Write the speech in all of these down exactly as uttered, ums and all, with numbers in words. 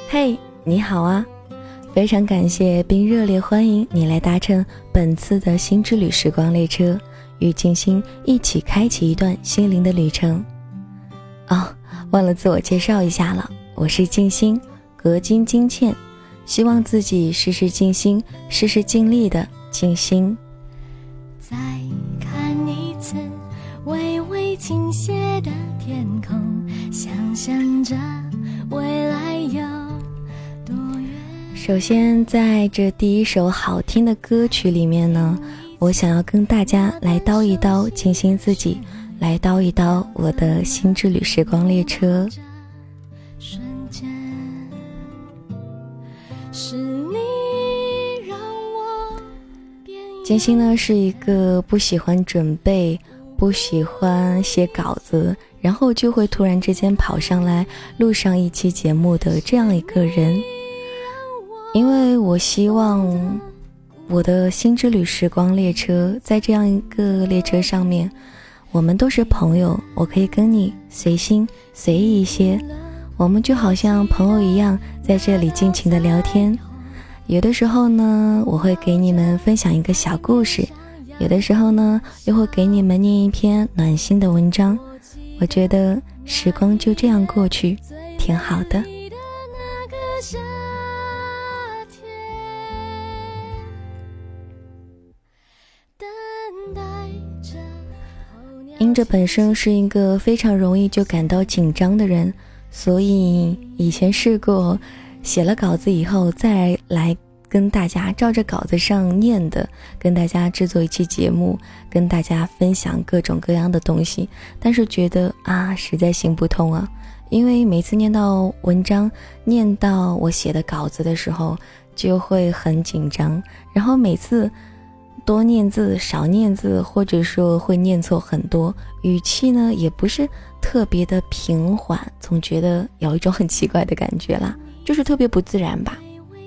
嘿，你好啊！非常感谢并热烈欢迎你来搭乘本次的新之旅时光列车，与静心一起开启一段心灵的旅程。哦，忘了自我介绍一下了，我是静心，隔金金茜，希望自己事事尽心，事事尽力的静心。 再看一次微微倾斜的天空，想象着未来有多远。 首先在这第一首好听的歌曲里面呢，我想要跟大家来叨一叨静心自己，来叨一叨我的新之旅时光列车。 瞬间是你让我静心呢是一个不喜欢准备，不喜欢写稿子，然后就会突然之间跑上来录上一期节目的这样一个人。因为我希望我的新之旅时光列车，在这样一个列车上面，我们都是朋友，我可以跟你随心随意一些，我们就好像朋友一样在这里尽情的聊天。有的时候呢，我会给你们分享一个小故事，有的时候呢，又会给你们念一篇暖心的文章。我觉得时光就这样过去，挺好的。因着本身是一个非常容易就感到紧张的人，所以以前试过写了稿子以后再来跟大家照着稿子上念的，跟大家制作一期节目，跟大家分享各种各样的东西，但是觉得啊，实在行不通啊。因为每次念到文章，念到我写的稿子的时候，就会很紧张，然后每次多念字少念字，或者说会念错很多，语气呢也不是特别的平缓，总觉得有一种很奇怪的感觉啦，就是特别不自然吧。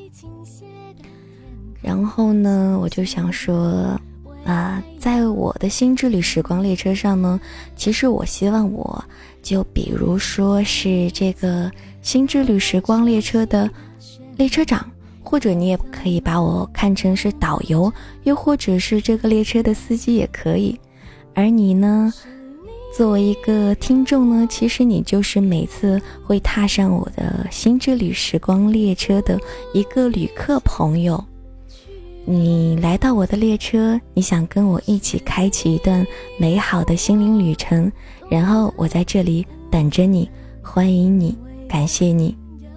然后呢，我就想说啊，在我的新之旅时光列车上呢，其实我希望我就比如说是这个新之旅时光列车的列车长，或者你也可以把我看成是导游，又或者是这个列车的司机也可以。而你呢，作为一个听众呢，其实你就是每次会踏上我的新之旅时光列车的一个旅客朋友。你来到我的列车，你想跟我一起开启一段美好的心灵旅程，然后我在这里等着你，欢迎你，感谢你。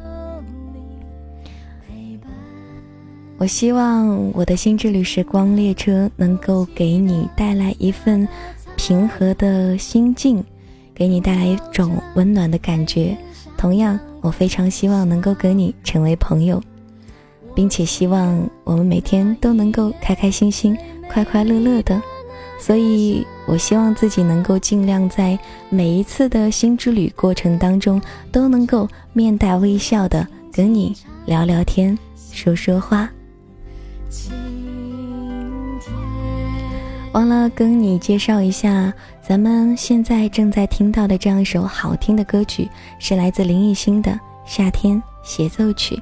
我希望我的新之旅时光列车能够给你带来一份平和的心境，给你带来一种温暖的感觉。同样，我非常希望能够跟你成为朋友，并且希望我们每天都能够开开心心，快快乐乐的。所以我希望自己能够尽量在每一次的新之旅过程当中，都能够面带微笑的跟你聊聊天，说说话。忘了跟你介绍一下，咱们现在正在听到的这样一首好听的歌曲，是来自林奕欣的《夏天协奏曲》。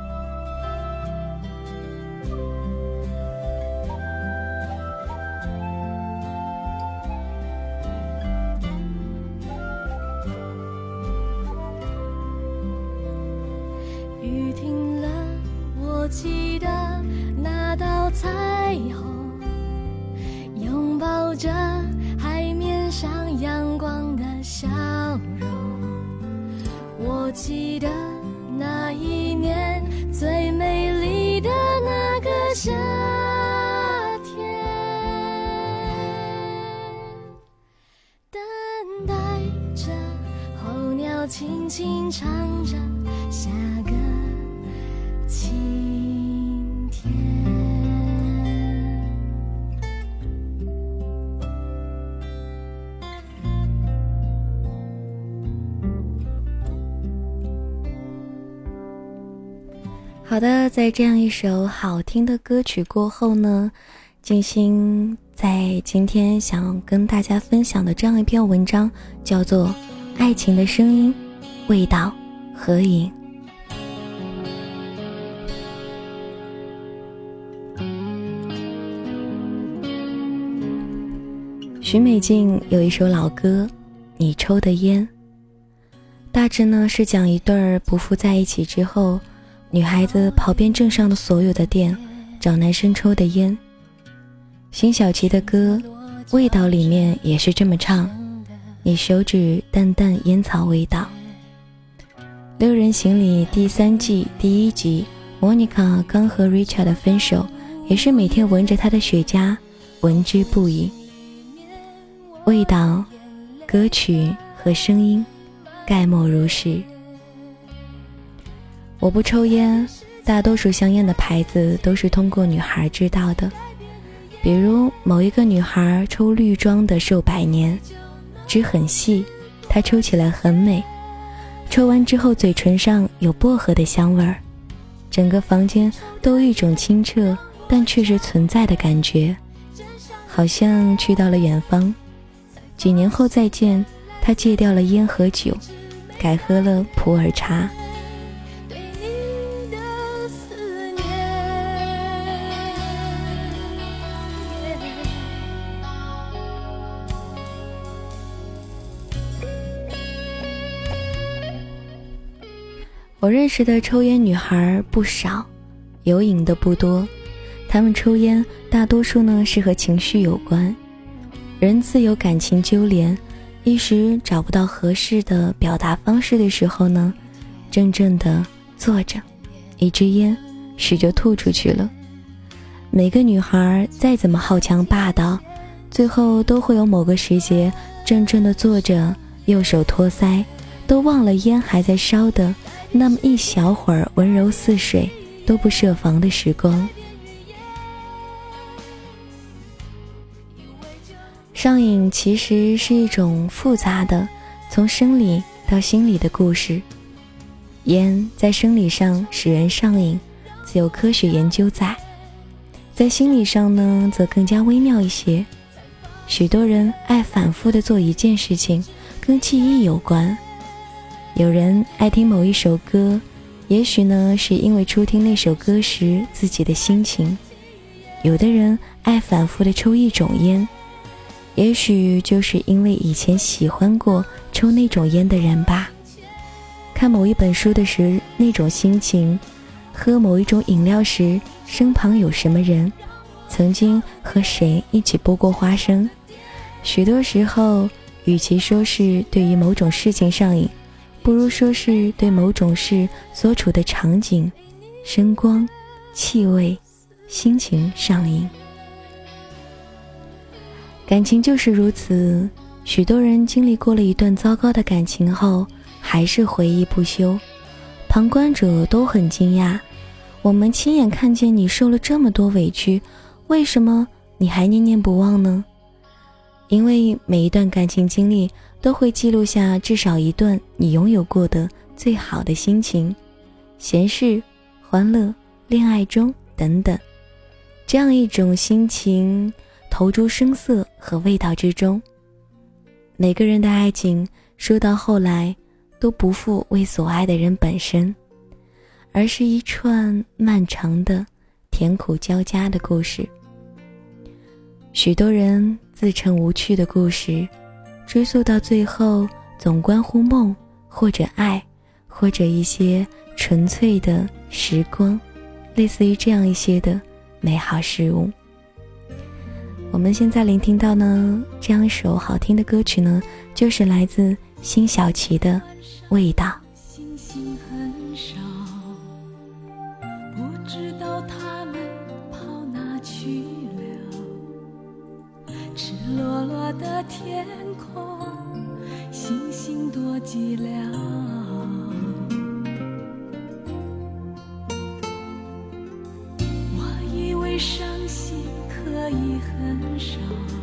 雨停了，我记得那道彩虹，拥抱着海面上阳光的笑容。我记得那一年最美丽的那个夏天，等待着候鸟轻轻唱着下个晴天。 好的，在这样一首好听的歌曲过后呢，静心在今天想跟大家分享的这样一篇文章叫做《爱情的声音，味道合影》。 许美静有一首老歌《你抽的烟》，大致呢是讲一对儿不负在一起之后，女孩子跑遍镇上的所有的店找男生抽的烟。辛晓琪的歌《味道》里面也是这么唱，你手指淡淡烟草味道。六人行里第三季第一集，莫妮卡刚和 Richard 分手，也是每天闻着他的雪茄闻之不已。味道、歌曲和声音概莫如是。我不抽烟，大多数香烟的牌子都是通过女孩知道的，比如某一个女孩抽绿装的寿百年，纸很细，她抽起来很美，抽完之后嘴唇上有薄荷的香味儿，整个房间都有一种清澈但确实存在的感觉，好像去到了远方。几年后再见，她戒掉了烟和酒，改喝了普洱茶。我认识的抽烟女孩不少，有瘾的不多，她们抽烟大多数呢是和情绪有关。人自有感情纠连，一时找不到合适的表达方式的时候呢，怔怔地坐着，一支烟许就吐出去了。每个女孩再怎么好强霸道，最后都会有某个时节怔怔地坐着，右手托腮，都忘了烟还在烧的那么一小会儿温柔似水都不设防的时光。上瘾其实是一种复杂的从生理到心理的故事。烟在生理上使人上瘾，自有科学研究在，在心理上呢则更加微妙一些。许多人爱反复地做一件事情，跟记忆有关。有人爱听某一首歌，也许呢是因为初听那首歌时自己的心情。有的人爱反复地抽一种烟，也许就是因为以前喜欢过抽那种烟的人吧。看某一本书的时那种心情，喝某一种饮料时身旁有什么人，曾经和谁一起剥过花生。许多时候与其说是对于某种事情上瘾，不如说是对某种事所处的场景、声光、气味、心情上瘾。感情就是如此，许多人经历过了一段糟糕的感情后，还是回忆不休。旁观者都很惊讶，我们亲眼看见你受了这么多委屈，为什么你还念念不忘呢？因为每一段感情经历都会记录下至少一段你拥有过的最好的心情，闲适、欢乐、恋爱中等等，这样一种心情投诸声色和味道之中。每个人的爱情说到后来都不负为所爱的人本身，而是一串漫长的甜苦交加的故事。许多人自称无趣的故事，追溯到最后总关乎梦或者爱，或者一些纯粹的时光，类似于这样一些的美好事物。我们现在聆听到呢这样一首好听的歌曲呢，就是来自辛晓琪的味道。 星星很少，不知道他们跑哪去了，赤裸裸的天空，星星多寂寥。我以为伤心可以很少，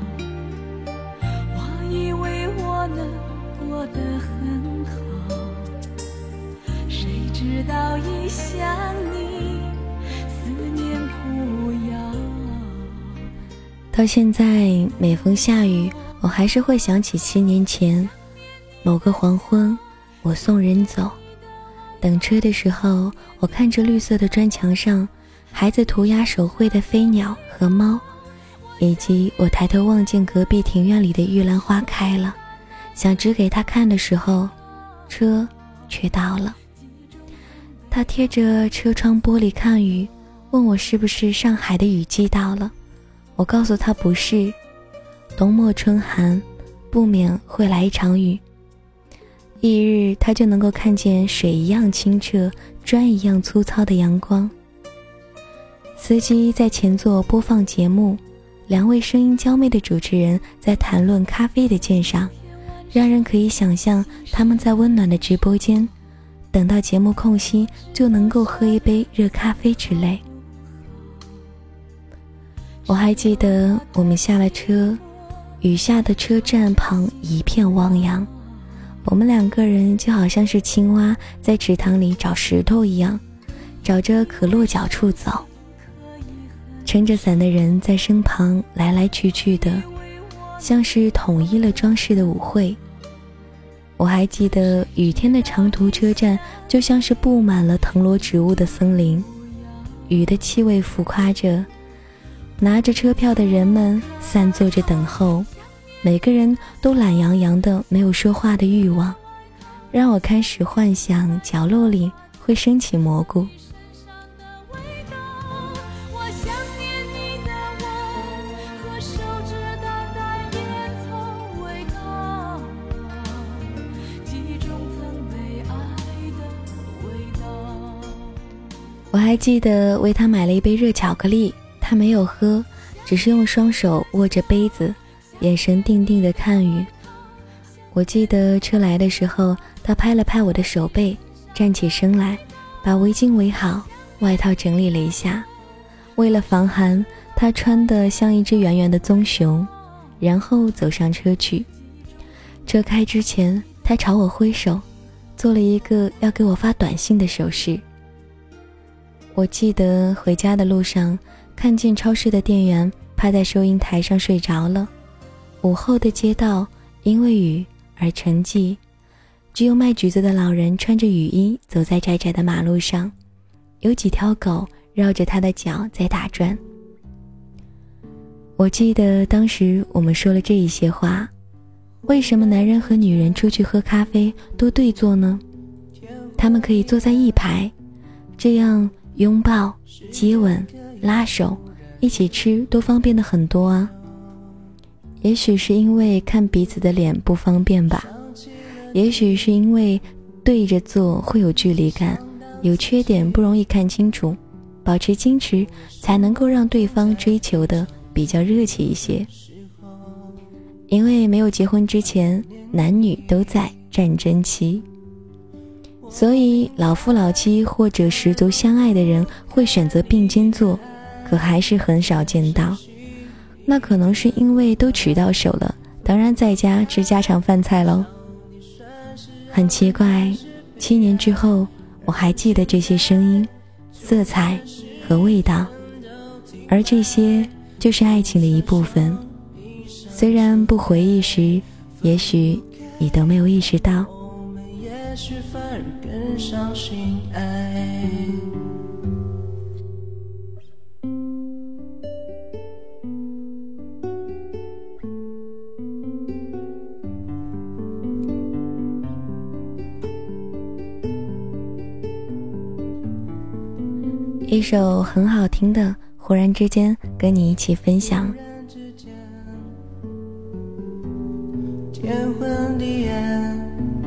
我以为我能过得很好，谁知道一想你，思念苦药。 到现在每逢下雨，我还是会想起七年前某个黄昏，我送人走，等车的时候，我看着绿色的砖墙上孩子涂鸦手绘的飞鸟和猫， 以及我抬头望见隔壁庭院里的玉兰花开了，想指给他看的时候，车却到了。他贴着车窗玻璃看雨，问我是不是上海的雨季到了。我告诉他不是，冬末春寒，不免会来一场雨。翌日他就能够看见水一样清澈，砖一样粗糙的阳光。司机在前座播放节目，两位声音娇媚的主持人在谈论咖啡的鉴赏，让人可以想象他们在温暖的直播间，等到节目空隙就能够喝一杯热咖啡之类。我还记得我们下了车，雨下的车站旁一片汪洋，我们两个人就好像是青蛙在池塘里找石头一样，找着可落脚处走。撑着伞的人在身旁来来去去的，像是统一了装饰的舞会。我还记得雨天的长途车站就像是布满了藤萝植物的森林，雨的气味浮夸着，拿着车票的人们散坐着等候，每个人都懒洋洋的没有说话的欲望，让我开始幻想角落里会升起蘑菇。我还记得为他买了一杯热巧克力，他没有喝，只是用双手握着杯子，眼神定定地看雨。我记得车来的时候，他拍了拍我的手背，站起身来，把围巾围好，外套整理了一下。为了防寒，他穿得像一只圆圆的棕熊，然后走上车去。车开之前，他朝我挥手，做了一个要给我发短信的手势。我记得回家的路上，看见超市的店员趴在收银台上睡着了。午后的街道因为雨而沉寂，只有卖橘子的老人穿着雨衣走在窄窄的马路上，有几条狗绕着他的脚在打转。我记得当时我们说了这一些话，为什么男人和女人出去喝咖啡都对坐呢？他们可以坐在一排，这样拥抱、接吻、拉手，一起吃都方便的很多啊。也许是因为看彼此的脸不方便吧，也许是因为对着坐会有距离感，有缺点不容易看清楚，保持矜持才能够让对方追求的比较热情一些。因为没有结婚之前，男女都在战争期，所以老夫老妻或者十足相爱的人会选择并肩坐，可还是很少见到。那可能是因为都娶到手了，当然在家吃家常饭菜咯。很奇怪，七年之后我还记得这些声音、色彩和味道，而这些就是爱情的一部分。虽然不回忆时，也许你都没有意识到。 我们也许反而更相信爱。 一首很好听的，忽然之间跟你一起分享。 天昏地暗，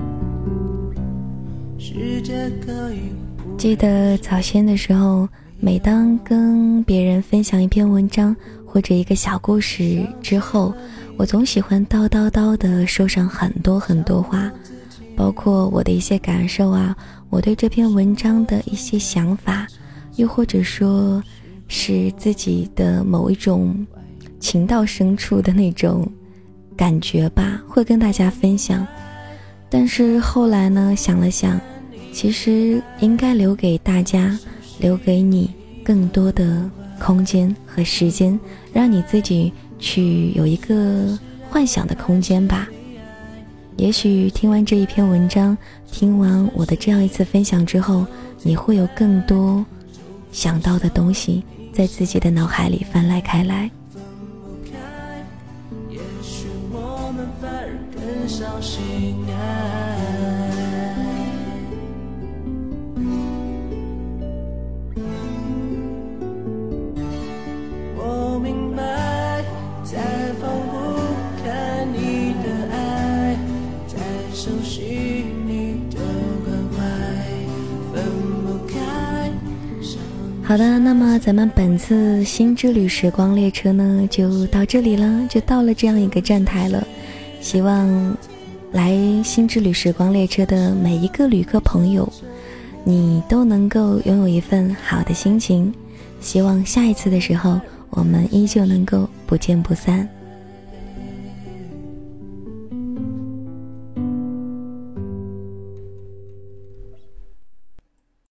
世界可以记得早先的时候，每当跟别人分享一篇文章或者一个小故事之后，我总喜欢叨叨叨的说上很多很多话，包括我的一些感受啊，我对这篇文章的一些想法，又或者说是自己的某一种情到深处的那种感觉吧，会跟大家分享。但是后来呢，想了想，其实应该留给大家，留给你更多的空间和时间，让你自己去有一个幻想的空间吧。也许听完这一篇文章，听完我的这样一次分享之后，你会有更多想到的东西在自己的脑海里翻来开来。 上心爱。我明白，再放不开你的爱，再熟悉你的关怀，分不开。 好的，那么咱们本次新之旅时光列车呢就到这里了，就到了这样一个站台了。希望来新之旅时光列车的每一个旅客朋友，你都能够拥有一份好的心情。希望下一次的时候，我们依旧能够不见不散。